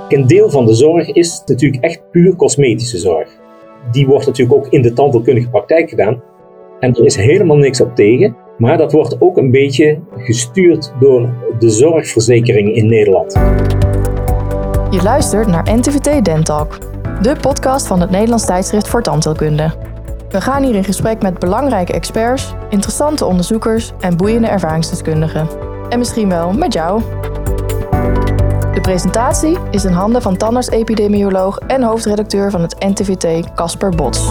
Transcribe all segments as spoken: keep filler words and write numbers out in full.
Een deel van de zorg is natuurlijk echt puur cosmetische zorg. Die wordt natuurlijk ook in de tandheelkundige praktijk gedaan. En er is helemaal niks op tegen. Maar dat wordt ook een beetje gestuurd door de zorgverzekering in Nederland. Je luistert naar N T V T Dentalk, de podcast van het Nederlands tijdschrift voor tandheelkunde. We gaan hier in gesprek met belangrijke experts, interessante onderzoekers en boeiende ervaringsdeskundigen. En misschien wel met jou. De presentatie is in handen van tandarts-epidemioloog en hoofdredacteur van het N T V T, Casper Bots.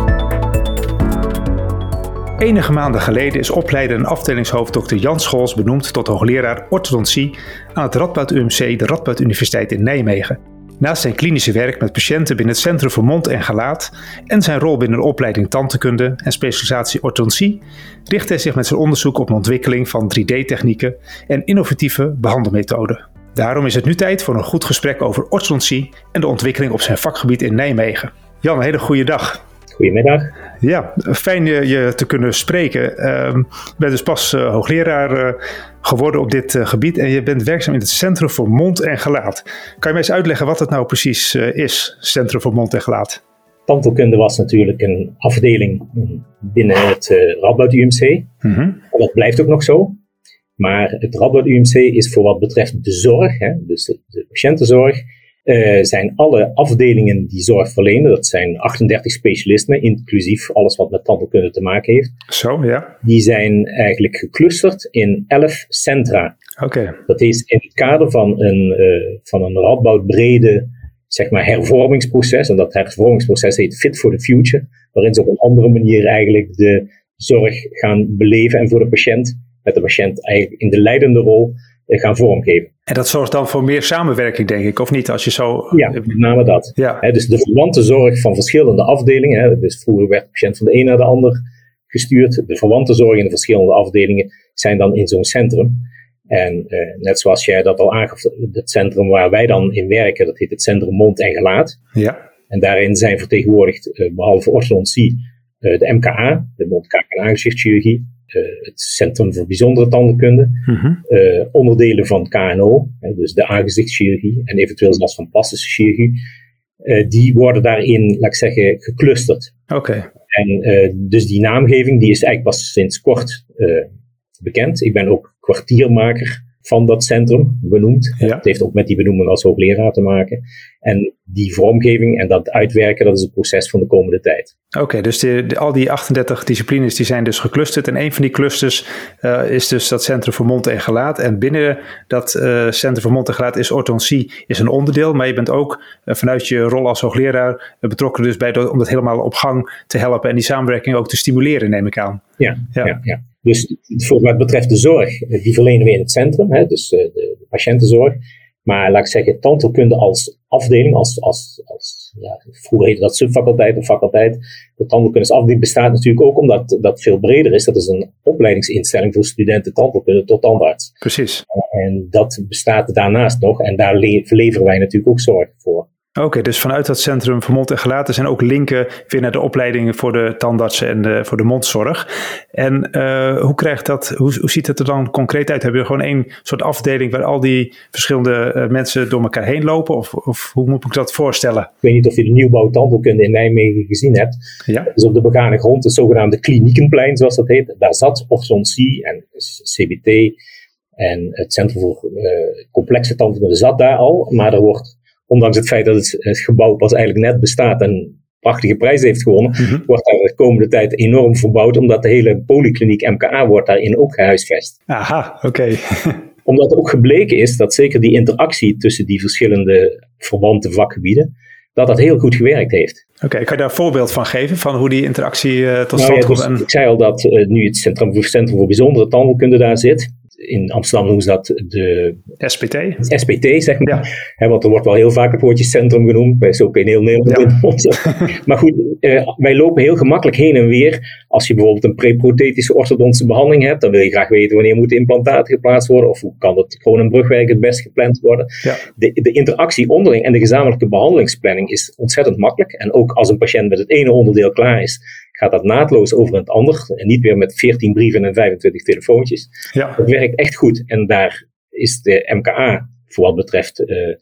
Enige maanden geleden is opleider en afdelingshoofd dokter Jan Scholz benoemd tot hoogleraar orthodontie aan het Radboud U M C, de Radboud Universiteit in Nijmegen. Naast zijn klinische werk met patiënten binnen het Centrum voor Mond en Gelaat en zijn rol binnen de opleiding tandheelkunde en specialisatie orthodontie, richt hij zich met zijn onderzoek op de ontwikkeling van drie D-technieken en innovatieve behandelmethoden. Daarom is het nu tijd voor een goed gesprek over orthodontie en de ontwikkeling op zijn vakgebied in Nijmegen. Jan, een hele goede dag. Goedemiddag. Ja, fijn je, je te kunnen spreken. Uh, je bent dus pas uh, hoogleraar uh, geworden op dit uh, gebied en je bent werkzaam in het Centrum voor Mond en Gelaat. Kan je mij eens uitleggen wat het nou precies uh, is, Centrum voor Mond en Gelaat? Tandheelkunde was natuurlijk een afdeling binnen het uh, Radboud U M C. Mm-hmm. En dat blijft ook nog zo. Maar het Radboud U M C is voor wat betreft de zorg, hè, dus de, de patiëntenzorg, uh, zijn alle afdelingen die zorg verlenen, dat zijn achtendertig specialismen, inclusief alles wat met tandheelkunde te maken heeft. Zo, ja. Die zijn eigenlijk geclusterd in elf centra. Oké. Okay. Dat is in het kader van een, uh, van een Radboud brede, zeg maar, hervormingsproces. En dat hervormingsproces heet Fit for the Future, waarin ze op een andere manier eigenlijk de zorg gaan beleven en voor de patiënt, met de patiënt eigenlijk in de leidende rol uh, gaan vormgeven. En dat zorgt dan voor meer samenwerking, denk ik, of niet? Als je zo... Ja, met name dat. Ja. He, dus de verwante zorg van verschillende afdelingen. He, dus vroeger werd de patiënt van de een naar de ander gestuurd. De verwante zorg in de verschillende afdelingen zijn dan in zo'n centrum. En uh, net zoals jij dat al aangaf, het centrum waar wij dan in werken, dat heet het Centrum Mond en Gelaat. Ja. En daarin zijn vertegenwoordigd, uh, behalve orthodontie, uh, de M K A, de mond-, kaak- en aangezichtschirurgie. Uh, het Centrum voor Bijzondere Tandheelkunde, mm-hmm. uh, onderdelen van K N O, hè, dus de aangezichtschirurgie en eventueel zelfs van plastische chirurgie, uh, die worden daarin, laat ik zeggen, geclusterd. Oké. Okay. En uh, dus die naamgeving die is eigenlijk pas sinds kort uh, bekend. Ik ben ook kwartiermaker van dat centrum benoemd. Ja. Het heeft ook met die benoeming als hoogleraar te maken. En die vormgeving en dat uitwerken, dat is het proces van de komende tijd. Oké, okay, dus de, de, al die achtendertig disciplines die zijn dus geclusterd. En een van die clusters uh, is dus dat Centrum voor Mond en Gelaat. En binnen dat uh, Centrum voor Mond en Gelaat is orthodontie is een onderdeel. Maar je bent ook uh, vanuit je rol als hoogleraar uh, betrokken dus bij de, om dat helemaal op gang te helpen. En die samenwerking ook te stimuleren, neem ik aan. Ja, ja. ja, ja. Dus voor wat betreft de zorg, die verlenen we in het centrum. Hè, dus uh, de, de patiëntenzorg. Maar laat ik zeggen, tandheelkunde als afdeling, als, als, als ja, vroeger heette dat subfaculteit of faculteit. De tandheelkunde als afdeling bestaat natuurlijk ook omdat dat veel breder is. Dat is een opleidingsinstelling voor studenten tandheelkunde tot tandarts. Precies. En dat bestaat daarnaast nog en daar le- verleveren wij natuurlijk ook zorg voor. Oké, okay, dus vanuit dat Centrum voor Mond en Gelaat zijn ook linken weer naar de opleidingen voor de tandartsen en de, voor de mondzorg. En uh, hoe krijgt dat, hoe, hoe ziet het er dan concreet uit? Hebben we gewoon één soort afdeling waar al die verschillende uh, mensen door elkaar heen lopen? Of, of hoe moet ik dat voorstellen? Ik weet niet of je de nieuwbouw tandheelkunde in Nijmegen gezien hebt. Ja. Dus op de begane grond, het zogenaamde kliniekenplein zoals dat heet. Daar zat orthodontie en C B T en het Centrum voor uh, Complexe Tandheelkunde zat daar al. Maar er wordt, ondanks het feit dat het, het gebouw pas eigenlijk net bestaat en prachtige prijs heeft gewonnen, mm-hmm. wordt daar de komende tijd enorm verbouwd, omdat de hele polykliniek M K A wordt daarin ook gehuisvest. Aha, oké. Okay. Omdat ook gebleken is dat zeker die interactie tussen die verschillende verwante vakgebieden, dat dat heel goed gewerkt heeft. Oké, okay, kan je daar een voorbeeld van geven, van hoe die interactie uh, tot nou, stand ja, komt? dus, en... Ik zei al dat uh, nu het Centrum, Centrum voor Bijzondere Tandheelkunde daar zit. In Amsterdam noemen ze dat de S P T. S P T, zeg maar. Ja. He, want er wordt wel heel vaak het woordje centrum genoemd. Bij zo in heel Nederland. Ja. Maar goed, uh, wij lopen heel gemakkelijk heen en weer. Als je bijvoorbeeld een preprothetische orthodontische behandeling hebt, dan wil je graag weten wanneer moeten implantaten geplaatst worden. Of hoe kan het gewoon een brugwerk het best gepland worden. Ja. De, de interactie onderling en de gezamenlijke behandelingsplanning is ontzettend makkelijk. En ook als een patiënt met het ene onderdeel klaar is, gaat dat naadloos over het ander. En niet weer met veertien brieven en vijfentwintig telefoontjes. Ja. Dat werkt echt goed. En daar is de M K A, voor wat betreft uh,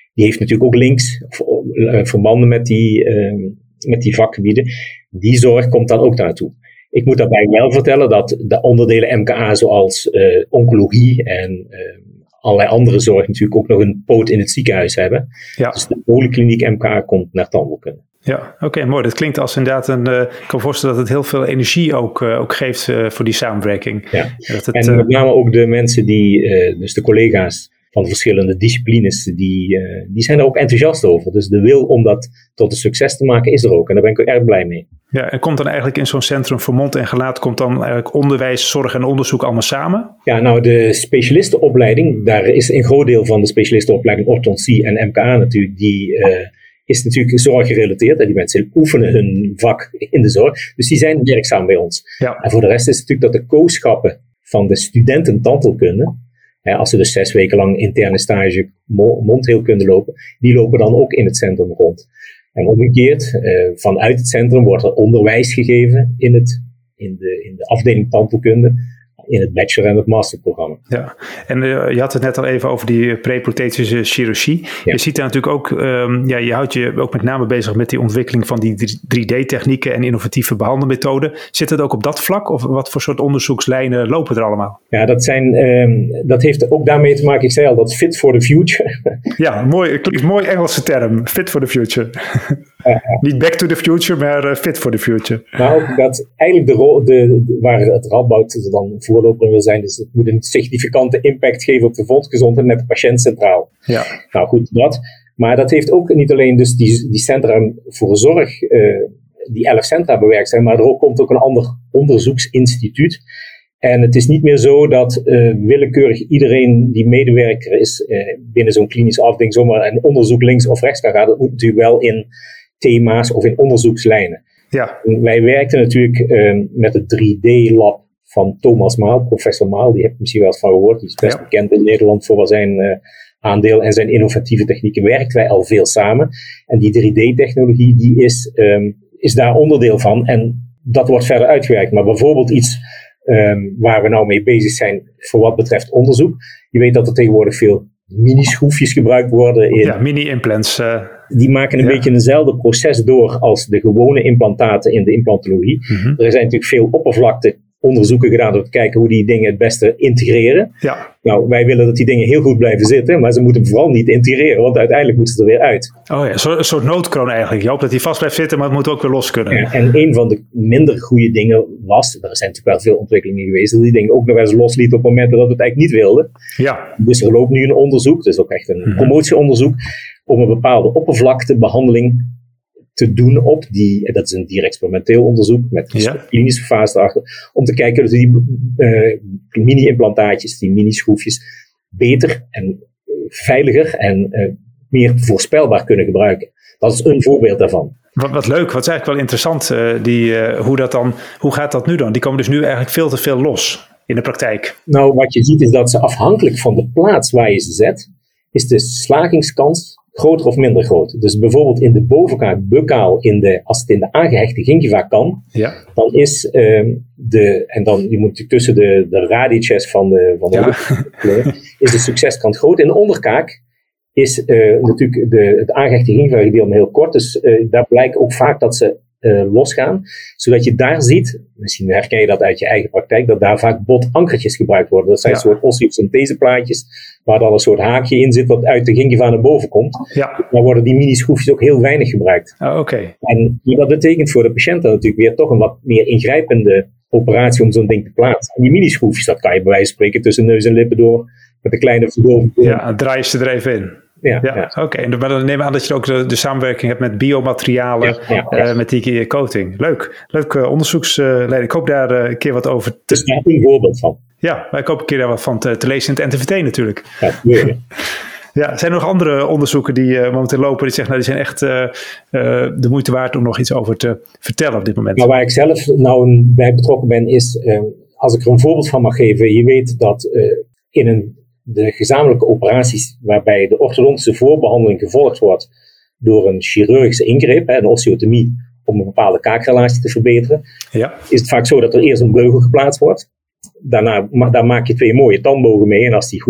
die heeft natuurlijk ook links uh, verbanden met die, uh, met die vakgebieden. Die zorg komt dan ook naartoe. Ik moet daarbij wel vertellen dat de onderdelen M K A zoals uh, oncologie en uh, allerlei andere zorg natuurlijk ook nog een poot in het ziekenhuis hebben. Ja. Dus de polykliniek M K A komt naar tandheelkunde. Ja, oké, okay, mooi. Dat klinkt als inderdaad een... Uh, ik kan me voorstellen dat het heel veel energie ook, uh, ook geeft uh, voor die samenwerking. Ja. Dat het, en met name ook de mensen die, uh, dus de collega's van de verschillende disciplines, die, uh, die zijn er ook enthousiast over. Dus de wil om dat tot een succes te maken is er ook. En daar ben ik ook erg blij mee. Ja, en komt dan eigenlijk in zo'n centrum voor mond en gelaat, komt dan eigenlijk onderwijs, zorg en onderzoek allemaal samen? Ja, nou de specialistenopleiding, daar is een groot deel van de specialistenopleiding orthodontie en M K A natuurlijk, die uh, is natuurlijk zorggerelateerd. En die mensen oefenen hun vak in de zorg. Dus die zijn werkzaam bij ons. Ja. En voor de rest is het natuurlijk dat de kooschappen van de studenten tandheelkunde, hè, als ze dus zes weken lang interne stage mondheelkunde lopen, die lopen dan ook in het centrum rond. En omgekeerd, uh, vanuit het centrum wordt er onderwijs gegeven in, het, in, de, in de afdeling tandheelkunde, in het bachelor- en het masterprogramma. Ja, en uh, je had het net al even over die preprothetische chirurgie. Ja. Je ziet daar natuurlijk ook, um, ja, je houdt je ook met name bezig met die ontwikkeling van die drie D-technieken en innovatieve behandelmethoden. Zit het ook op dat vlak of wat voor soort onderzoekslijnen lopen er allemaal? Ja, dat, zijn, um, dat heeft ook daarmee te maken, ik zei al, dat fit for the future. Ja, mooi, klinkt mooi Engelse term, fit for the future. Uh, Niet back to the future, maar uh, fit for the future. Nou, dat eigenlijk de rol, de, de, waar het Radboud dan voorloper in wil zijn, is het moet een significante impact geven op de volksgezondheid met de patiënt centraal. Ja. Nou goed, dat. Maar dat heeft ook niet alleen dus die, die centra voor zorg, uh, die elf centra bewerkt zijn, maar er komt ook een ander onderzoeksinstituut. En het is niet meer zo dat uh, willekeurig iedereen die medewerker is uh, binnen zo'n klinische afdeling zomaar een onderzoek links of rechts kan gaan. Dat moet natuurlijk wel in thema's of in onderzoekslijnen. Ja. Wij werkten natuurlijk uh, met het drie D-lab van Thomas Maal, professor Maal, die heb je misschien wel eens van gehoord. Die is best ja. bekend in Nederland voor zijn uh, aandeel en zijn innovatieve technieken. Werkten wij al veel samen. En die drie D-technologie die is, um, is daar onderdeel van. En dat wordt verder uitgewerkt. Maar bijvoorbeeld iets um, waar we nou mee bezig zijn voor wat betreft onderzoek. Je weet dat er tegenwoordig veel mini-schroefjes gebruikt worden. In, ja, mini-implants. Uh, die maken een ja. beetje eenzelfde proces door als de gewone implantaten in de implantologie. Mm-hmm. Er zijn natuurlijk veel oppervlakte onderzoeken gedaan om te kijken hoe die dingen het beste integreren. Ja. Nou, wij willen dat die dingen heel goed blijven zitten, maar ze moeten vooral niet integreren, want uiteindelijk moeten ze er weer uit. Oh ja, zo, een soort noodkroon eigenlijk. Je hoopt dat die vast blijft zitten, maar het moet ook weer los kunnen. Ja, en een van de minder goede dingen was, er zijn natuurlijk wel veel ontwikkelingen geweest, dat die dingen ook nog wel eens loslieten op momenten dat we het eigenlijk niet wilden. Ja. Dus er loopt nu een onderzoek, dus ook echt een mm-hmm. promotieonderzoek, om een bepaalde oppervlaktebehandeling te doen op die, dat is een direct experimenteel onderzoek met ja. klinische fase erachter, om te kijken dat die uh, mini-implantaatjes, die mini-schroefjes, beter en veiliger en uh, meer voorspelbaar kunnen gebruiken. Dat is een voorbeeld daarvan. Wat, wat leuk, wat is eigenlijk wel interessant, uh, die, uh, hoe, dat dan, hoe gaat dat nu dan? Die komen dus nu eigenlijk veel te veel los in de praktijk. Nou, wat je ziet is dat ze afhankelijk van de plaats waar je ze zet, is de slagingskans groter of minder groot. Dus bijvoorbeeld in de bovenkaak buccaal, in de, als het in de aangehechte gingiva kan, ja. dan is um, de, en dan, je moet natuurlijk tussen de, de radices van de, van de ja. kleur, is de succeskant groot. In de onderkaak is uh, natuurlijk de, het aangehechte gingiva gedeelte heel kort, dus uh, daar blijkt ook vaak dat ze uh, losgaan, zodat je daar ziet, misschien herken je dat uit je eigen praktijk, dat daar vaak botankertjes gebruikt worden. Dat zijn ja. een soort osteosyntheseplaatjes, waar dan een soort haakje in zit wat uit de gingiva naar boven komt. Ja. Dan worden die mini-schroefjes ook heel weinig gebruikt. Oh, okay. En dat betekent voor de patiënt dan natuurlijk weer toch een wat meer ingrijpende operatie om zo'n ding te plaatsen. En die mini-schroefjes, dat kan je bij wijze van spreken tussen neus en lippen door, met een kleine verdoving. Ja, draai je ze er even in. Ja, ja, ja. oké. Okay. Maar dan neem ik aan dat je ook de, de samenwerking hebt met biomaterialen, ja, ja, ja. Uh, met die coating. Leuk. Leuk uh, onderzoeksleider. Ik hoop daar uh, een keer wat over te... Dat is daar een voorbeeld van. Ja, maar ik hoop een keer daar wat van te, te lezen in het N T V T natuurlijk. Ja, ja. Ja, zijn er nog andere onderzoeken die uh, momenteel lopen die zeggen, nou, die zijn echt uh, uh, de moeite waard om nog iets over te vertellen op dit moment? Nou, waar ik zelf nou bij betrokken ben is, uh, als ik er een voorbeeld van mag geven, je weet dat uh, in een de gezamenlijke operaties waarbij de orthodontische voorbehandeling gevolgd wordt door een chirurgische ingreep, hè, een osteotomie, om een bepaalde kaakrelatie te verbeteren, ja. is het vaak zo dat er eerst een beugel geplaatst wordt. Daarna ma- daar maak je twee mooie tandbogen mee en als die goed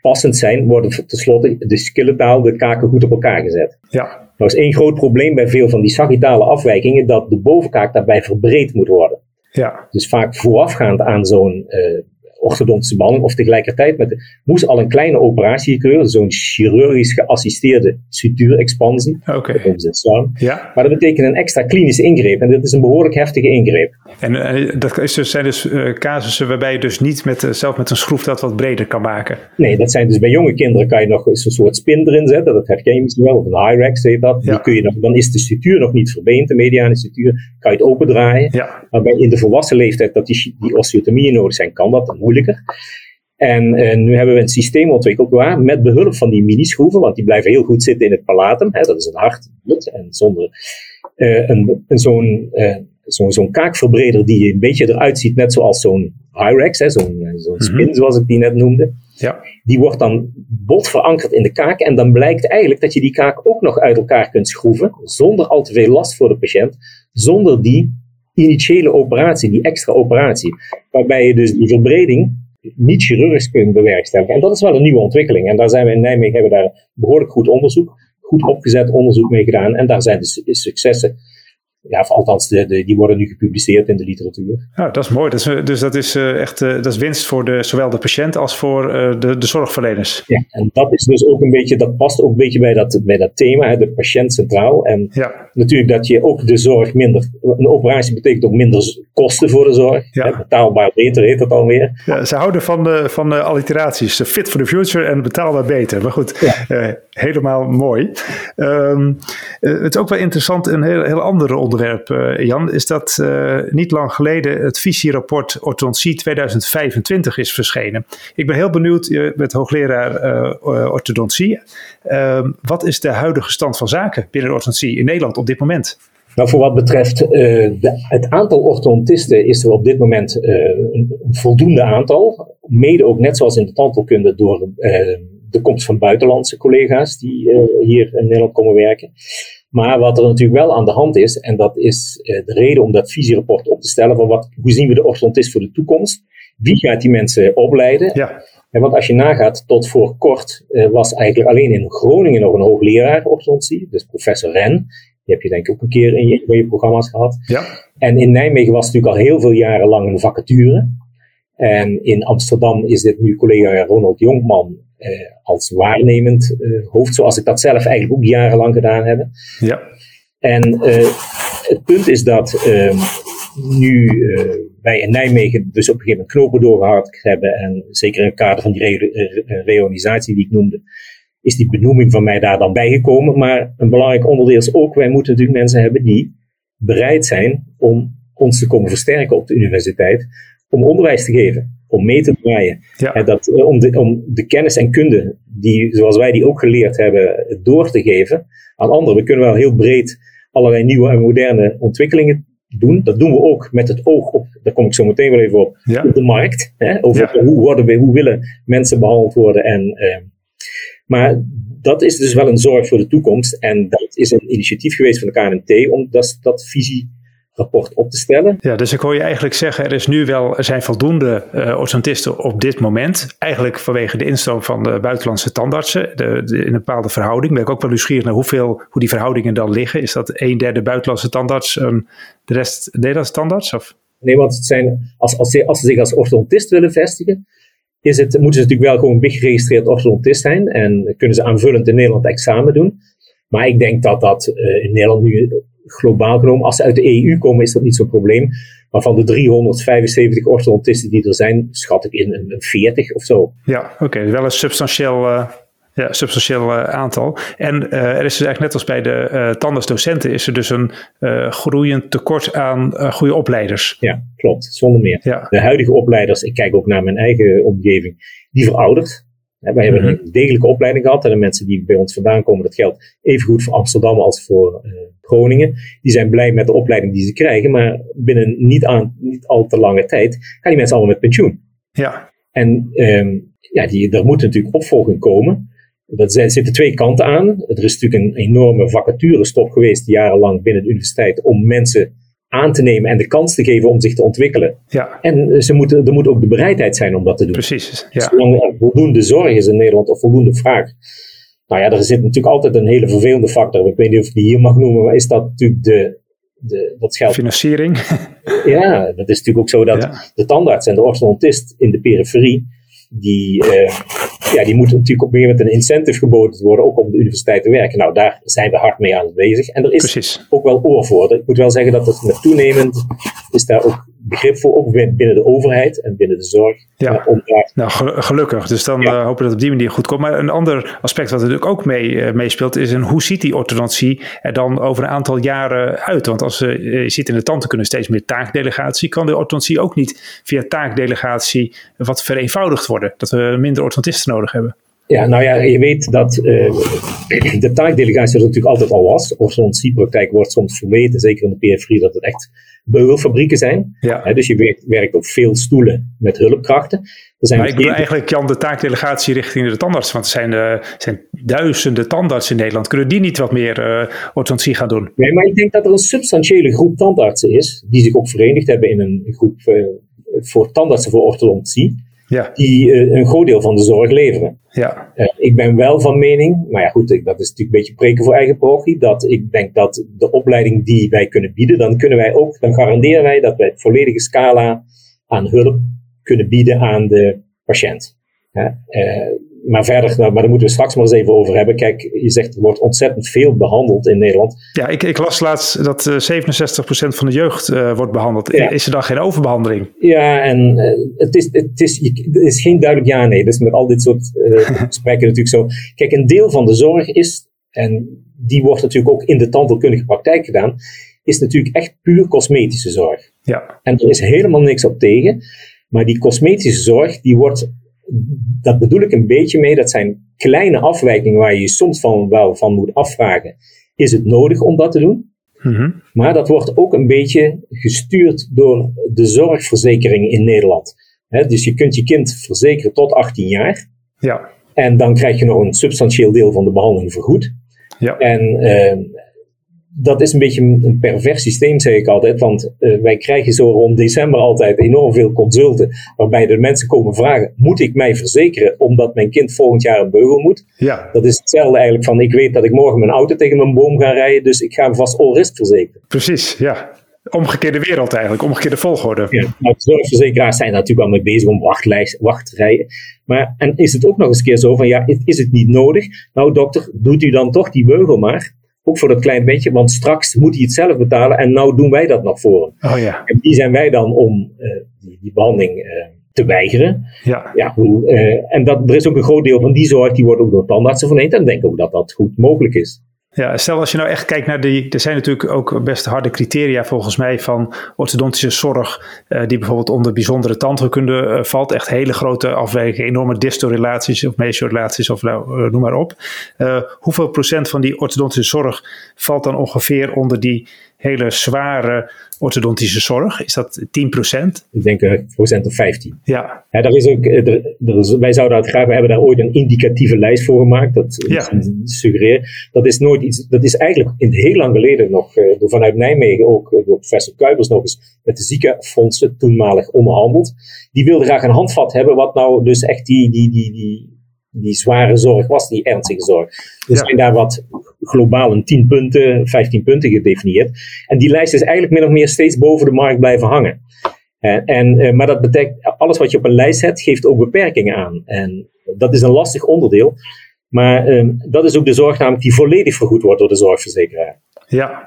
passend zijn, worden tenslotte de skilletaal, de kaken goed op elkaar gezet. Ja. Nou is één groot probleem bij veel van die sagittale afwijkingen dat de bovenkaak daarbij verbreed moet worden. Ja. Dus vaak voorafgaand aan zo'n uh, orthodontische behandeling of tegelijkertijd met de, moest al een kleine operatie gebeuren, zo'n chirurgisch geassisteerde sutuurexpansie. Oké. Ja. Maar dat betekent een extra klinische ingreep en dit is een behoorlijk heftige ingreep. En uh, dat is dus, zijn dus uh, casussen waarbij je dus niet met, uh, zelf met een schroef dat wat breder kan maken? Nee, dat zijn dus bij jonge kinderen kan je nog een soort spin erin zetten, dat herken je misschien wel, of een Hyrax heet dat. Ja. Die kun je nog, dan is de sutuur nog niet verbeend, de mediane sutuur, kan je het opendraaien. Ja. Maar bij in de volwassen leeftijd dat die, die osteotomieën nodig zijn, kan dat moeilijker. En uh, nu hebben we een systeem ontwikkeld waar met behulp van die mini-schroeven, want die blijven heel goed zitten in het palatum, hè, dat is een hard nut, en zonder uh, een, een, zo'n, uh, zo, zo'n kaakverbreder die een beetje eruit ziet, net zoals zo'n Hyrax, hè, zo'n, zo'n spin mm-hmm. zoals ik die net noemde. Ja. Die wordt dan bot verankerd in de kaak en dan blijkt eigenlijk dat je die kaak ook nog uit elkaar kunt schroeven, zonder al te veel last voor de patiënt, zonder die initiële operatie, die extra operatie, waarbij je dus die verbreding niet chirurgisch kunt bewerkstelligen. En dat is wel een nieuwe ontwikkeling. En daar zijn we in Nijmegen, hebben we daar behoorlijk goed onderzoek, goed opgezet onderzoek mee gedaan. En daar zijn de successen, ja, of althans, de, de, die worden nu gepubliceerd in de literatuur. Ja, dat is mooi. Dat is, dus dat is uh, echt uh, dat is winst voor de, zowel de patiënt als voor uh, de, de zorgverleners. Ja, en dat is dus ook een beetje, dat past ook een beetje bij dat, bij dat thema, hè, de patiënt centraal. En ja. natuurlijk dat je ook de zorg minder, een operatie betekent ook minder kosten voor de zorg. Ja. Hè, betaalbaar beter heet dat alweer. Ja, ze houden van de, van de alliteraties. Fit for the future en betaalbaar beter. Maar goed, ja. uh, helemaal mooi. Um, uh, het is ook wel interessant, een heel, heel ander onderwerp, uh, Jan, is dat uh, niet lang geleden het visierapport Orthodontie tweeduizend vijfentwintig is verschenen. Ik ben heel benieuwd, je bent hoogleraar uh, orthodontie. Uh, wat is de huidige stand van zaken binnen de orthodontie in Nederland op dit moment? Nou, voor wat betreft uh, de, het aantal orthodontisten is er op dit moment uh, een, een voldoende aantal. Mede ook net zoals in de tandheelkunde door uh, de komst van buitenlandse collega's die uh, hier in Nederland komen werken. Maar wat er natuurlijk wel aan de hand is, en dat is uh, de reden om dat visierapport op te stellen, van wat, hoe zien we de orthodontist voor de toekomst? Wie gaat die mensen opleiden? Ja. En want als je nagaat, tot voor kort uh, was eigenlijk alleen in Groningen nog een hoogleraar orthodontie, dus professor Ren. Die heb je denk ik ook een keer in je, in je programma's gehad. Ja. En in Nijmegen was het natuurlijk al heel veel jaren lang een vacature. En in Amsterdam is dit nu collega Ronald Jonkman eh, als waarnemend eh, hoofd, zoals ik dat zelf eigenlijk ook jarenlang gedaan heb. Ja. En uh, het punt is dat uh, nu uh, wij in Nijmegen dus op een gegeven moment knopen doorgehakt hebben en zeker in het kader van die re- re- reorganisatie die ik noemde, is die benoeming van mij daar dan bijgekomen. Maar een belangrijk onderdeel is ook, wij moeten natuurlijk mensen hebben die bereid zijn om ons te komen versterken op de universiteit, om onderwijs te geven, om mee te draaien. Ja. En dat, om, de, om de kennis en kunde, die, zoals wij die ook geleerd hebben, door te geven aan anderen. We kunnen wel heel breed allerlei nieuwe en moderne ontwikkelingen doen. Dat doen we ook met het oog op, daar kom ik zo meteen wel even op, ja. op de markt. Hè, over Ja. hoe, worden we, hoe willen mensen behandeld worden. En, uh, maar dat is dus wel een zorg voor de toekomst. En dat is een initiatief geweest van de K N M T om dat, dat visierapport op te stellen. Ja, dus ik hoor je eigenlijk zeggen, er is nu wel, er zijn voldoende uh, orthodontisten op dit moment. Eigenlijk vanwege de instroom van de buitenlandse tandartsen. De, de, in een bepaalde verhouding. Ben ik ook wel nieuwsgierig naar hoeveel, hoe die verhoudingen dan liggen. Is dat een derde buitenlandse tandarts, um, de rest Nederlandse tandarts? Of? Nee, want het zijn, als, als, ze, als ze zich als orthodontist willen vestigen, is het, moeten ze natuurlijk wel gewoon een geregistreerd orthodontist zijn. En kunnen ze aanvullend in Nederland examen doen. Maar ik denk dat dat uh, in Nederland nu globaal genomen, als ze uit de E U komen, is dat niet zo'n probleem. Maar van de driehonderdvijfenzeventig orthodontisten die er zijn, schat ik in een veertig of zo. Ja, oké. Okay. Wel een substantieel, uh, ja, substantieel uh, aantal. En uh, er is dus eigenlijk net als bij de uh, tandartsdocenten, is er dus een uh, groeiend tekort aan uh, goede opleiders. Ja, klopt. Zonder meer. Ja. De huidige opleiders, ik kijk ook naar mijn eigen omgeving, die verouderd. Wij hebben mm-hmm. een degelijke opleiding gehad. En de mensen die bij ons vandaan komen, dat geldt evengoed voor Amsterdam als voor uh, Groningen. Die zijn blij met de opleiding die ze krijgen. Maar binnen niet, aan, niet al te lange tijd gaan die mensen allemaal met pensioen. Ja. En um, ja, die, er moet natuurlijk opvolging komen. Dat zijn, zitten twee kanten aan. Er is natuurlijk een enorme vacaturestop geweest jarenlang binnen de universiteit om mensen aan te nemen en de kans te geven om zich te ontwikkelen. Ja. En ze moeten, er moet ook de bereidheid zijn om dat te doen. Precies, ja. Zolang er voldoende zorg is in Nederland of voldoende vraag. Nou ja, er zit natuurlijk altijd een hele vervelende factor. Ik weet niet of ik die hier mag noemen, maar is dat natuurlijk de, de dat geld. Financiering. Ja, dat is natuurlijk ook zo dat ja. de tandarts en de orthodontist in de periferie, die, uh, ja, die moeten natuurlijk op een gegeven moment een incentive geboden worden, ook om de universiteit te werken. Nou, daar zijn we hard mee aan het bezig. En er is Precies. ook wel oor voor. Ik moet wel zeggen dat het met toenemend is daar ook begrip voor, ook binnen de overheid en binnen de zorg. Ja, uh, om daar... nou gelukkig. Dus dan ja. uh, hopen we dat het op die manier goed komt. Maar een ander aspect wat er natuurlijk ook mee, uh, meespeelt is een, hoe ziet die orthodontie er dan over een aantal jaren uit? Want als uh, je ziet in de tandheelkunde steeds meer taakdelegatie, kan de orthodontie ook niet via taakdelegatie wat vereenvoudigd worden? Dat we minder orthodontisten nodig hebben. Ja, nou ja, je weet dat uh, de taakdelegatie er natuurlijk altijd al was. Orthodontiepraktijk wordt soms verweten, zeker in de periferie, dat het echt beugelfabrieken zijn. Ja. He, dus je werkt, werkt op veel stoelen met hulpkrachten. Er zijn maar ik bedoel eigenlijk, Jan, de taakdelegatie richting de tandarts. Want er zijn, uh, zijn duizenden tandartsen in Nederland. Kunnen die niet wat meer uh, orthodontie gaan doen? Nee, maar ik denk dat er een substantiële groep tandartsen is, die zich ook verenigd hebben in een groep uh, voor tandartsen voor orthodontie. Ja. Die uh, een groot deel van de zorg leveren. Ja. Uh, ik ben wel van mening, maar ja goed, ik, dat is natuurlijk een beetje preken voor eigen parochie, dat ik denk dat de opleiding die wij kunnen bieden, dan kunnen wij ook, dan garanderen wij dat wij het volledige scala aan hulp kunnen bieden aan de patiënt. Uh, uh, maar verder, nou, maar daar moeten we straks maar eens even over hebben. Kijk, je zegt er wordt ontzettend veel behandeld in Nederland. Ja, ik, ik las laatst dat uh, zevenenzestig procent van de jeugd uh, wordt behandeld. Ja. Is er dan geen overbehandeling? Ja, en uh, het, is, het, is, het is geen duidelijk ja nee. Dus met al dit soort uh, gesprekken natuurlijk zo. Kijk, een deel van de zorg is, en die wordt natuurlijk ook in de tandheelkundige praktijk gedaan, is natuurlijk echt puur cosmetische zorg. Ja. En er is helemaal niks op tegen. Maar die cosmetische zorg, die wordt... Dat bedoel ik een beetje mee, dat zijn kleine afwijkingen waar je je soms van wel van moet afvragen. Is het nodig om dat te doen? Mm-hmm. Maar dat wordt ook een beetje gestuurd door de zorgverzekering in Nederland. He, dus je kunt je kind verzekeren tot achttien jaar. Ja. En dan krijg je nog een substantieel deel van de behandeling vergoed. Ja. En uh, dat is een beetje een pervers systeem, zeg ik altijd. Want uh, wij krijgen zo rond december altijd enorm veel consulten. Waarbij de mensen komen vragen, moet ik mij verzekeren omdat mijn kind volgend jaar een beugel moet? Ja. Dat is hetzelfde eigenlijk van, ik weet dat ik morgen mijn auto tegen mijn boom ga rijden. Dus ik ga me vast all risk verzekeren. Precies, ja. Omgekeerde wereld eigenlijk, omgekeerde volgorde. Ja, nou, de zorgverzekeraars zijn daar natuurlijk al mee bezig om wachtlijst, wachtrijen. Maar en is het ook nog eens een keer zo van, ja, is het niet nodig? Nou dokter, doet u dan toch die beugel maar. Ook voor dat klein beetje, want straks moet hij het zelf betalen en nou doen wij dat nog voor hem. Oh ja. En wie zijn wij dan om uh, die, die behandeling uh, te weigeren? Ja. Ja, uh, en dat, er is ook een groot deel van die zorg, die wordt ook door tandartsen verleend. En ik denk ook dat dat goed mogelijk is. Ja, stel als je nou echt kijkt naar die, er zijn natuurlijk ook best harde criteria volgens mij van orthodontische zorg, uh, die bijvoorbeeld onder bijzondere tandheelkunde uh, valt. Echt hele grote afwijkingen, enorme distorelaties of mesiorelaties of nou, uh, noem maar op. Uh, hoeveel procent van die orthodontische zorg valt dan ongeveer onder die hele zware orthodontische zorg? Is dat tien procent? Ik denk een procent of vijftien. Ja. Ja, daar is ook, er, er is, wij zouden het graag, we hebben daar ooit een indicatieve lijst voor gemaakt. Dat ja. suggereer. Dat is nooit iets, dat is eigenlijk in heel lang geleden nog, uh, door vanuit Nijmegen ook, uh, door professor Kuipers nog eens met de ziekenfondsen toenmalig onderhandeld. Die wilden graag een handvat hebben wat nou dus echt die, die, die, die, die zware zorg was, die ernstige zorg. Dus ja. zijn daar wat globaal een tien punten, vijftien punten gedefinieerd. En die lijst is eigenlijk min of meer steeds boven de markt blijven hangen. En, en, uh, maar dat betekent, alles wat je op een lijst zet, geeft ook beperkingen aan. En dat is een lastig onderdeel. Maar um, dat is ook de zorg namelijk die volledig vergoed wordt door de zorgverzekeraar. Ja.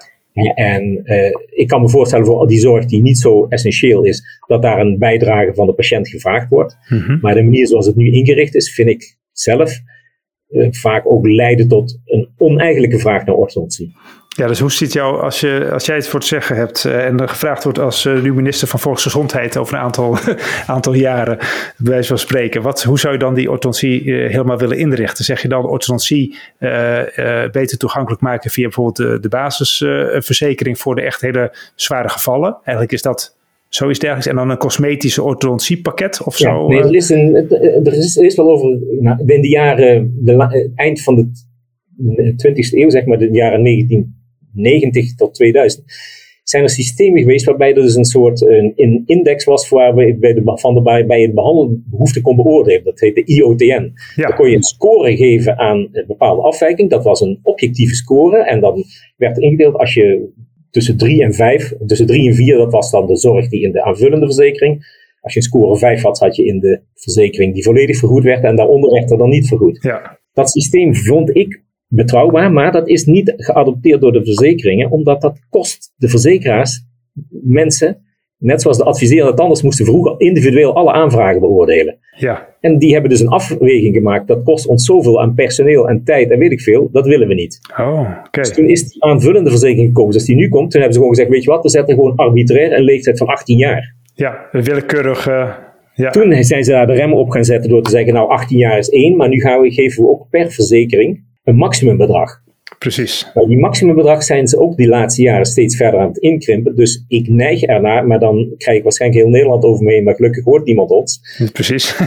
En uh, ik kan me voorstellen voor die zorg die niet zo essentieel is, dat daar een bijdrage van de patiënt gevraagd wordt. Mm-hmm. Maar de manier zoals het nu ingericht is, vind ik zelf uh, vaak ook leiden tot een oneigenlijke vraag naar orthodontie. Ja, dus hoe ziet jou, als, je, als jij het voor het zeggen hebt uh, en er gevraagd wordt als uh, nu minister van Volksgezondheid over een aantal, aantal jaren, bij wijze van spreken, wat, hoe zou je dan die orthodontie uh, helemaal willen inrichten? Zeg je dan orthodontie uh, uh, beter toegankelijk maken via bijvoorbeeld de, de basisverzekering uh, voor de echt hele zware gevallen? Eigenlijk is dat zoiets dergelijks. En dan een cosmetische orthodonciepakket of zo? Ja, nee, er is, een, er, is, er is wel over, nou, in de jaren, de, eind van de twintigste eeuw, zeg maar, de jaren negentien negentig tot tweeduizend, zijn er systemen geweest waarbij er dus een soort een, een index was waar we bij, de, van de, bij het behandelbehoefte kon beoordelen. Dat heet de I O T N. Ja. Dan kon je een score geven aan een bepaalde afwijking. Dat was een objectieve score. En dan werd ingedeeld als je tussen drie en vijf, tussen drie en vier, dat was dan de zorg die in de aanvullende verzekering. Als je een score vijf had, had je in de verzekering die volledig vergoed werd en daaronder werd er dan niet vergoed. Ja. Dat systeem vond ik betrouwbaar, maar dat is niet geadopteerd door de verzekeringen, omdat dat kost de verzekeraars mensen, net zoals de adviserende tandarts moesten vroeger individueel alle aanvragen beoordelen. Ja. En die hebben dus een afweging gemaakt, dat kost ons zoveel aan personeel en tijd en weet ik veel, dat willen we niet. Oh, okay. Dus toen is die aanvullende verzekering gekomen. Dus als die nu komt, toen hebben ze gewoon gezegd, weet je wat, we zetten gewoon arbitrair een leeftijd van achttien jaar. Ja, willekeurig. Uh, ja. Toen zijn ze daar de remmen op gaan zetten door te zeggen, nou achttien jaar is één, maar nu gaan we, geven we ook per verzekering een maximumbedrag. Precies. Nou, die maximumbedrag zijn ze ook die laatste jaren steeds verder aan het inkrimpen. Dus ik neig ernaar, maar dan krijg ik waarschijnlijk heel Nederland over me heen, maar gelukkig hoort niemand ons. Precies.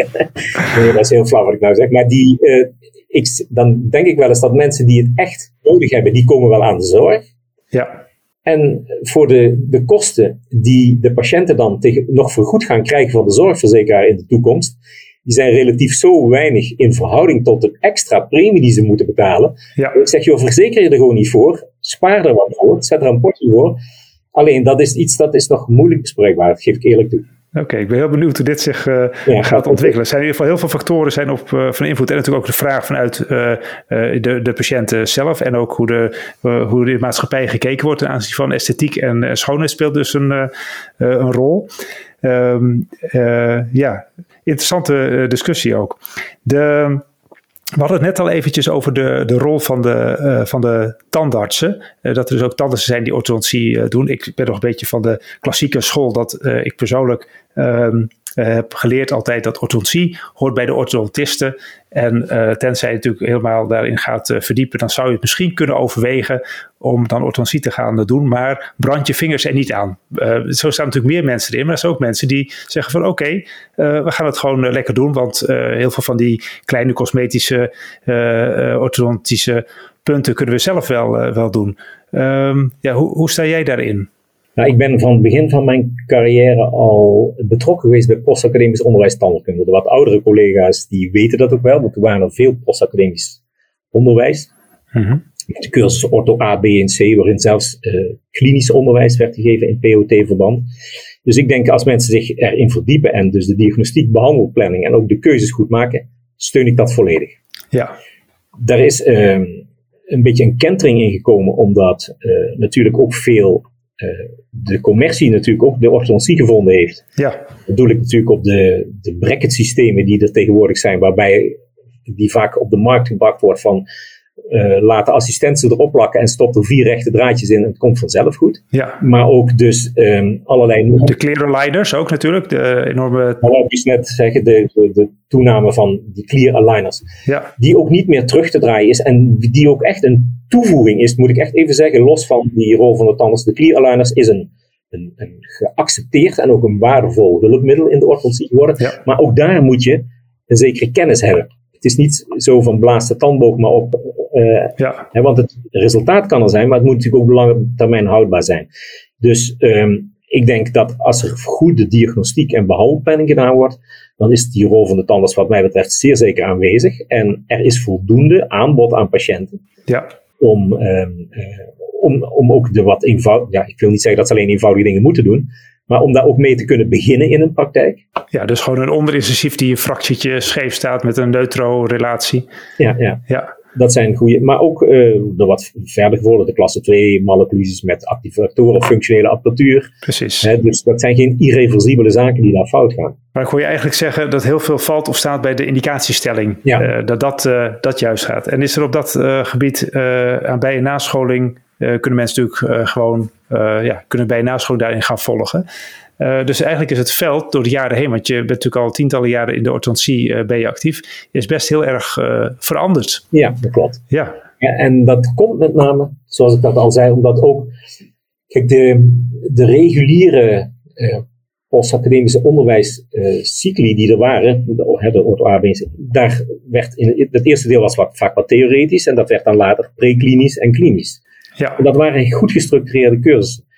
Nee, dat is heel flauw wat ik nou zeg. Maar die, uh, ik, dan denk ik wel eens dat mensen die het echt nodig hebben, die komen wel aan de zorg. Ja. En voor de, de kosten die de patiënten dan tegen, nog vergoed gaan krijgen van de zorgverzekeraar in de toekomst, die zijn relatief zo weinig in verhouding tot de extra premie die ze moeten betalen. Ja. Ik zeg, joh, verzeker je er gewoon niet voor. Spaar er wat voor. Zet er een potje voor. Alleen, dat is iets dat is nog moeilijk bespreekbaar. Dat geef ik eerlijk toe. Oké, okay, ik ben heel benieuwd hoe dit zich uh, ja, gaat ontwikkelen. Er zijn in ieder geval heel veel factoren zijn op, uh, van invloed. En natuurlijk ook de vraag vanuit uh, uh, de, de patiënten zelf. En ook hoe de, uh, hoe de maatschappij gekeken wordt ten aanzien van esthetiek en uh, schoonheid speelt dus een, uh, uh, een rol. Um, uh, ja, interessante uh, discussie ook. De... We hadden het net al eventjes over de, de rol van de, uh, van de tandartsen. Uh, dat er dus ook tandartsen zijn die orthodontie uh, doen. Ik ben nog een beetje van de klassieke school dat uh, ik persoonlijk uh, uh, heb geleerd altijd dat orthodontie hoort bij de orthodontisten. En uh, tenzij je natuurlijk helemaal daarin gaat uh, verdiepen, dan zou je het misschien kunnen overwegen om dan orthodontie te gaan uh, doen. Maar brand je vingers er niet aan. Uh, zo staan natuurlijk meer mensen erin. Maar er zijn ook mensen die zeggen van oké, okay, uh, we gaan het gewoon uh, lekker doen. Want uh, heel veel van die kleine cosmetische, uh, uh, orthodontische punten kunnen we zelf wel, uh, wel doen. Um, ja, hoe, hoe sta jij daarin? Nou, ik ben van het begin van mijn carrière al betrokken geweest bij postacademisch onderwijs tandheelkunde. De wat oudere collega's die weten dat ook wel, want er waren er veel postacademisch onderwijs. Mm-hmm. Met de cursus Ortho A, B en C, waarin zelfs uh, klinisch onderwijs werd gegeven in P O T-verband. Dus ik denk als mensen zich erin verdiepen en dus de diagnostiek, behandelplanning en ook de keuzes goed maken, steun ik dat volledig. Ja. Daar is uh, een beetje een kentering ingekomen, omdat uh, natuurlijk ook veel Uh, de commercie natuurlijk ook de orthodontie gevonden heeft. Ja. Dat bedoel ik natuurlijk op de, de bracket systemen die er tegenwoordig zijn, waarbij die vaak op de markt gebracht wordt van uh, laat de assistenten erop plakken en stop er vier rechte draadjes in en het komt vanzelf goed. Ja. Maar ook dus um, allerlei... De clear aligners ook natuurlijk, de enorme... Nou, ik net zeggen, de, de, de toename van die clear aligners, ja. Die ook niet meer terug te draaien is en die ook echt een toevoeging is, moet ik echt even zeggen, los van die rol van de tandarts. De clear aligners is een, een, een geaccepteerd en ook een waardevol hulpmiddel in de orthodontie geworden. Ja. Maar ook daar moet je een zekere kennis hebben. Het is niet zo van blaas de tandboog maar op. Uh, ja. Hè, want het resultaat kan er zijn, maar het moet natuurlijk ook op lange termijn houdbaar zijn. Dus um, ik denk dat als er goede diagnostiek en behandelplanning gedaan wordt, dan is die rol van de tandarts wat mij betreft zeer zeker aanwezig. En er is voldoende aanbod aan patiënten. Ja. Om, um, uh, om, om ook de wat eenvoudig, ja, ik wil niet zeggen dat ze alleen eenvoudige dingen moeten doen, maar om daar ook mee te kunnen beginnen in een praktijk. Ja, dus gewoon een onderincisief die een fractietje scheef staat met een neutro-relatie. Ja, ja. ja. Dat zijn goede, maar ook uh, de wat verder gevorderde klasse twee malocclusies met activatoren of functionele apparatuur. Precies. Hè, dus dat zijn geen irreversibele zaken die daar fout gaan. Maar ik hoor je eigenlijk zeggen dat heel veel valt of staat bij de indicatiestelling. Ja. Uh, dat dat, uh, dat juist gaat. En is er op dat uh, gebied uh, aan bij- en nascholing, uh, kunnen mensen natuurlijk uh, gewoon, uh, ja, kunnen bij- en nascholing daarin gaan volgen. Uh, dus eigenlijk is het veld door de jaren heen, want je bent natuurlijk al tientallen jaren in de orthodontie uh, ben je actief, is best heel erg uh, veranderd. Ja, dat klopt. Ja. Ja, en dat komt met name, zoals ik dat al zei, omdat ook, kijk, de, de reguliere uh, postacademische onderwijscycli uh, die er waren, de, de ortho A B C, daar werd in het eerste deel was wat, vaak wat theoretisch en dat werd dan later preklinisch en klinisch. Ja. En dat waren goed gestructureerde cursussen.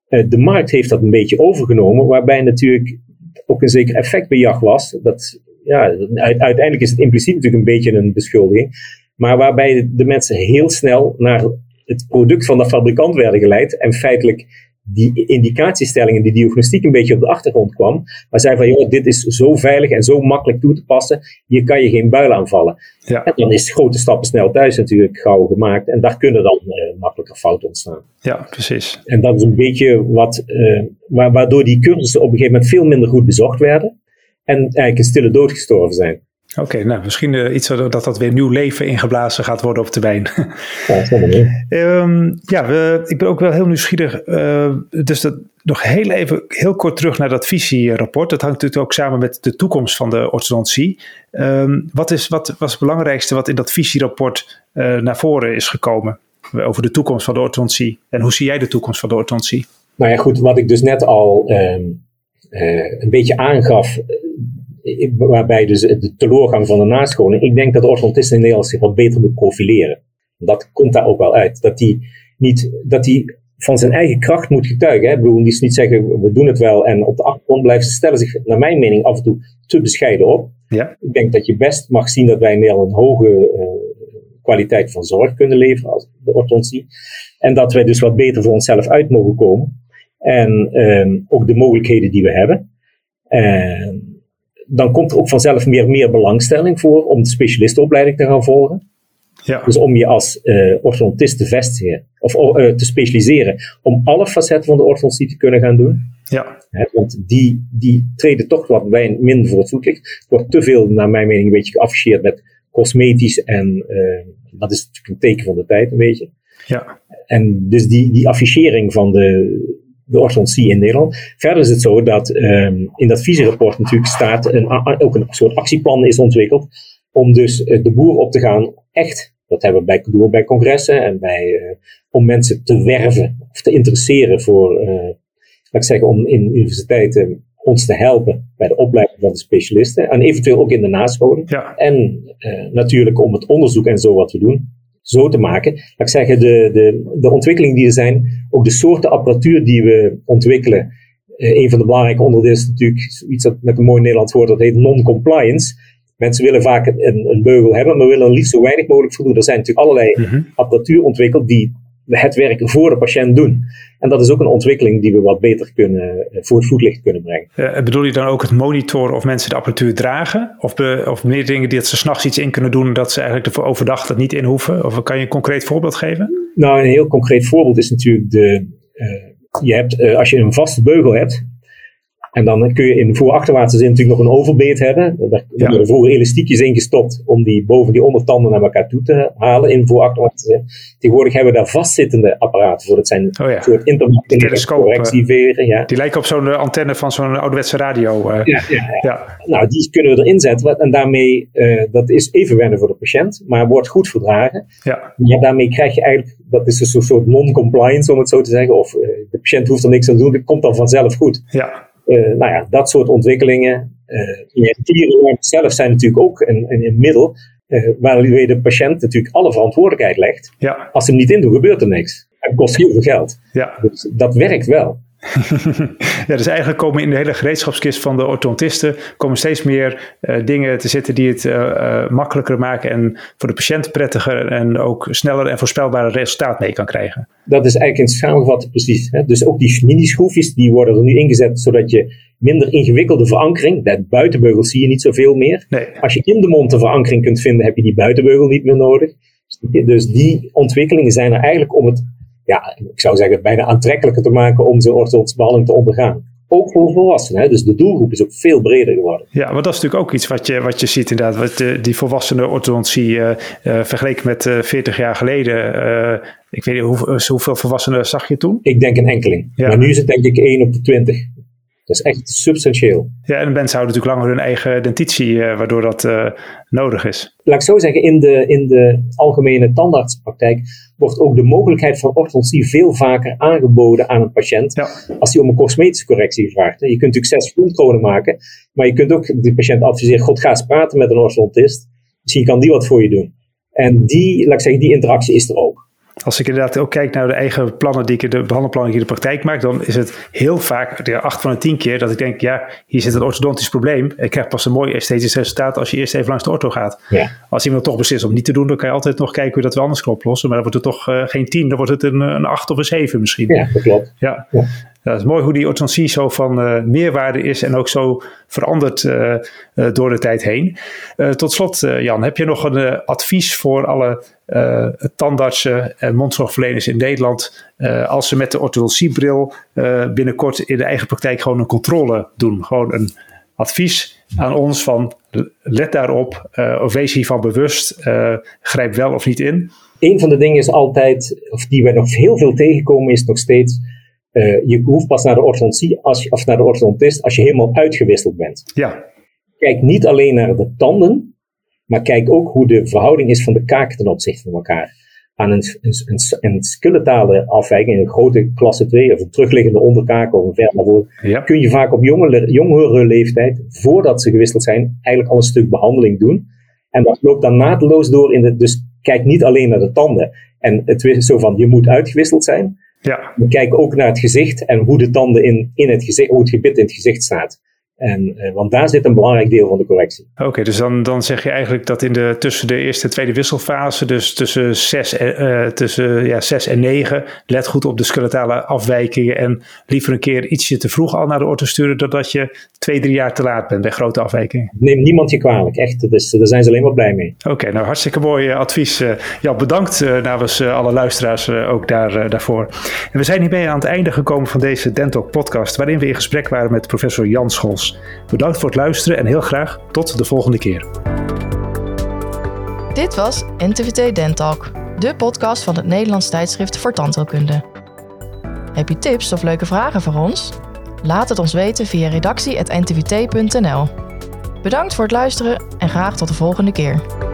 Uh, de markt heeft dat een beetje overgenomen, waarbij natuurlijk ook een zeker effectbejag was. Dat, ja, uiteindelijk is het impliciet natuurlijk een beetje een beschuldiging. Maar waarbij de mensen heel snel naar het product van de fabrikant werden geleid. En feitelijk die indicatiestellingen, die diagnostiek een beetje op de achtergrond kwam. Maar zei van, joh, dit is zo veilig en zo makkelijk toe te passen. Hier kan je geen buil aanvallen. Ja. En dan is grote stappen snel thuis natuurlijk gauw gemaakt. En daar kunnen dan uh, makkelijker fouten ontstaan. Ja, precies. En dat is een beetje wat, uh, waardoor die cursussen op een gegeven moment veel minder goed bezocht werden. En eigenlijk een stille dood gestorven zijn. Oké, okay, nou misschien uh, iets dat dat weer nieuw leven ingeblazen gaat worden op termijn. Ja, dat is wel mooi. um, ja, we, ik ben ook wel heel nieuwsgierig. Uh, dus dat, nog heel even, heel kort terug naar dat visierapport. Dat hangt natuurlijk ook samen met de toekomst van de orthodontie. Um, wat, is, wat was het belangrijkste wat in dat visierapport uh, naar voren is gekomen? Over de toekomst van de orthodontie. En hoe zie jij de toekomst van de orthodontie? Nou ja, goed, wat ik dus net al um, uh, een beetje aangaf, waarbij dus de teleurgang van de nascholing. Ik denk dat de orthodontist in Nederland zich wat beter moet profileren. Dat komt daar ook wel uit. Dat hij niet, dat hij van zijn eigen kracht moet getuigen. Hè. Ik bedoel, die niet zeggen, we doen het wel en op de achtergrond blijven. Ze stellen zich, naar mijn mening, af en toe te bescheiden op. Ja. Ik denk dat je best mag zien dat wij in Nederland een hoge uh, kwaliteit van zorg kunnen leveren als de orthodontie. En dat wij dus wat beter voor onszelf uit mogen komen. En um, ook de mogelijkheden die we hebben. En dan komt er ook vanzelf meer, meer belangstelling voor om de specialistenopleiding te gaan volgen. Ja. Dus om je als uh, orthodontist te vestigen, of uh, te specialiseren, om alle facetten van de orthodontie te kunnen gaan doen. Ja. He, want die, die treden toch wat minder voor het voetlicht. Het wordt te veel, naar mijn mening, een beetje geafficheerd met cosmetisch en uh, dat is natuurlijk een teken van de tijd, een beetje. Ja. En dus die, die affichering van de, de orthodontie in Nederland. Verder is het zo dat um, in dat visierapport natuurlijk staat, een, ook een soort actieplan is ontwikkeld, om dus uh, de boer op te gaan, echt, dat hebben we bij, doen we bij congressen en bij, uh, om mensen te werven of te interesseren voor, uh, laat ik zeggen, om in universiteiten ons te helpen bij de opleiding van de specialisten en eventueel ook in de nascholing. Ja. En uh, natuurlijk om het onderzoek en zo wat we doen, zo te maken. Laat ik zeggen, de, de, de ontwikkelingen die er zijn, ook de soorten apparatuur die we ontwikkelen. Uh, een van de belangrijke onderdelen is natuurlijk iets dat met een mooi Nederlands woord, dat heet non-compliance. Mensen willen vaak een, een beugel hebben, maar willen er liefst zo weinig mogelijk voldoen. Er zijn natuurlijk allerlei mm-hmm. apparatuur ontwikkeld die het werk voor de patiënt doen. En dat is ook een ontwikkeling die we wat beter kunnen, voor het voetlicht kunnen brengen. Uh, bedoel je dan ook het monitoren of mensen de apparatuur dragen? Of, be, of meer dingen die dat ze 's nachts iets in kunnen doen, dat ze eigenlijk er voor overdag dat niet in hoeven? Of kan je een concreet voorbeeld geven? Nou, een heel concreet voorbeeld is natuurlijk de, uh, je hebt, uh, als je een vaste beugel hebt, en dan kun je in voor-achterwaartse zin natuurlijk nog een overbeet hebben. Daar ja. worden vroeger elastiekjes ingestopt om die boven die ondertanden naar elkaar toe te halen in voor-achterwaartse zin. Tegenwoordig hebben we daar vastzittende apparaten voor. Dat zijn oh ja. een soort intermittent correctieveren. Ja. Die lijken op zo'n antenne van zo'n ouderwetse radio. Uh. Ja, ja, ja. ja. Nou, die kunnen we erin zetten. En daarmee, uh, dat is even wennen voor de patiënt, maar wordt goed verdragen. Ja. Maar daarmee krijg je eigenlijk, dat is dus een soort non-compliance om het zo te zeggen. Of uh, de patiënt hoeft er niks aan te doen, het komt dan vanzelf goed. Ja. Uh, nou ja, dat soort ontwikkelingen. Uh, Tieren zelf zijn natuurlijk ook een, een, een middel uh, waar de patiënt natuurlijk alle verantwoordelijkheid legt. Ja. Als ze hem niet in doen, gebeurt er niks. Het kost heel veel geld. Ja. Dus dat werkt wel. Ja, dus eigenlijk komen in de hele gereedschapskist van de orthodontisten komen steeds meer uh, dingen te zitten die het uh, uh, makkelijker maken en voor de patiënt prettiger en ook sneller en voorspelbaar resultaat mee kan krijgen. Dat is eigenlijk in samengevat precies. Hè? Dus ook die mini-schroefjes die worden er nu ingezet zodat je minder ingewikkelde verankering, de buitenbeugel zie je niet zoveel meer. Nee. Als je in de mond de verankering kunt vinden, heb je die buitenbeugel niet meer nodig. Dus die ontwikkelingen zijn er eigenlijk om het, ja, ik zou zeggen, bijna aantrekkelijker te maken om zo'n orthodontische behandeling te ondergaan. Ook voor volwassenen. Hè? Dus de doelgroep is ook veel breder geworden. Ja, maar dat is natuurlijk ook iets wat je, wat je ziet inderdaad. Wat de, die volwassenen orthodontie uh, uh, vergeleken met uh, veertig jaar geleden. Uh, ik weet niet, hoe, hoeveel volwassenen zag je toen? Ik denk een enkeling. Ja. Maar nu is het denk ik één op de twintig. Dat is echt substantieel. Ja, en mensen houden natuurlijk langer hun eigen dentitie, uh, waardoor dat uh, nodig is. Laat ik zo zeggen, in de, in de algemene tandartspraktijk wordt ook de mogelijkheid van orthodontie veel vaker aangeboden aan een patiënt. Ja. Als hij om een cosmetische correctie vraagt. Je kunt natuurlijk zes frontkronen maken, maar je kunt ook de patiënt adviseren, god, ga eens praten met een orthodontist. Misschien kan die wat voor je doen. En die, laat ik zeggen, die interactie is er ook. Als ik inderdaad ook kijk naar de eigen plannen die ik, de behandelplannen die ik in de praktijk maak, dan is het heel vaak, ja, acht van de tien keer, dat ik denk, ja, hier zit een orthodontisch probleem. Ik krijg pas een mooi esthetisch resultaat als je eerst even langs de ortho gaat. Ja. Als iemand toch beslist om niet te doen, dan kan je altijd nog kijken hoe dat we anders kan oplossen. Maar dan wordt het toch uh, geen tien, dan wordt het een, een acht of een zeven misschien. Ja, dat klopt. Ja. Ja. Ja, het is mooi hoe die orthodontie zo van uh, meerwaarde is en ook zo verandert uh, uh, door de tijd heen. Uh, tot slot, uh, Jan, heb je nog een uh, advies voor alle uh, tandartsen en mondzorgverleners in Nederland uh, als ze met de orthodonsiebril uh, binnenkort in de eigen praktijk gewoon een controle doen? Gewoon een advies aan ons van let daarop, uh, of wees hiervan bewust, uh, grijp wel of niet in. Een van de dingen is altijd, of die wij nog heel veel tegenkomen, is nog steeds Uh, je hoeft pas naar de orthodontie als je, of naar de orthodontist als je helemaal uitgewisseld bent. Ja. Kijk niet alleen naar de tanden, maar kijk ook hoe de verhouding is van de kaken ten opzichte van elkaar. Aan een, een, een, een skeletale afwijking, een grote klasse twee of een terugliggende onderkaak of een ver naar voren, ja. kun je vaak op jongere, jongere leeftijd, voordat ze gewisseld zijn, eigenlijk al een stuk behandeling doen. En dat loopt dan naadloos door in de, dus kijk niet alleen naar de tanden. En het is zo van, je moet uitgewisseld zijn. Ja. We kijken ook naar het gezicht en hoe de tanden in, in het gezicht, hoe het gebit in het gezicht staat. En, uh, want daar zit een belangrijk deel van de correctie. Oké, okay, dus dan, dan zeg je eigenlijk dat in de, tussen de eerste en tweede wisselfase, dus tussen zes en, uh, tussen, ja, zes en negen, let goed op de skeletale afwijkingen en liever een keer ietsje te vroeg al naar de ortho sturen, dan dat je twee, drie jaar te laat bent bij grote afwijkingen. Neem niemand je kwalijk, echt. Dus, daar zijn ze alleen maar blij mee. Oké, okay, nou hartstikke mooi advies. Uh, ja, bedankt uh, namens uh, alle luisteraars uh, ook daar, uh, daarvoor. En we zijn hiermee aan het einde gekomen van deze Dentalk podcast, waarin we in gesprek waren met professor Jan Scholz. Bedankt voor het luisteren en heel graag tot de volgende keer. Dit was N T V T Dentalk, de podcast van het Nederlands tijdschrift voor tandheelkunde. Heb je tips of leuke vragen voor ons? Laat het ons weten via redactie apenstaartje n t v t punt n l. Bedankt voor het luisteren en graag tot de volgende keer.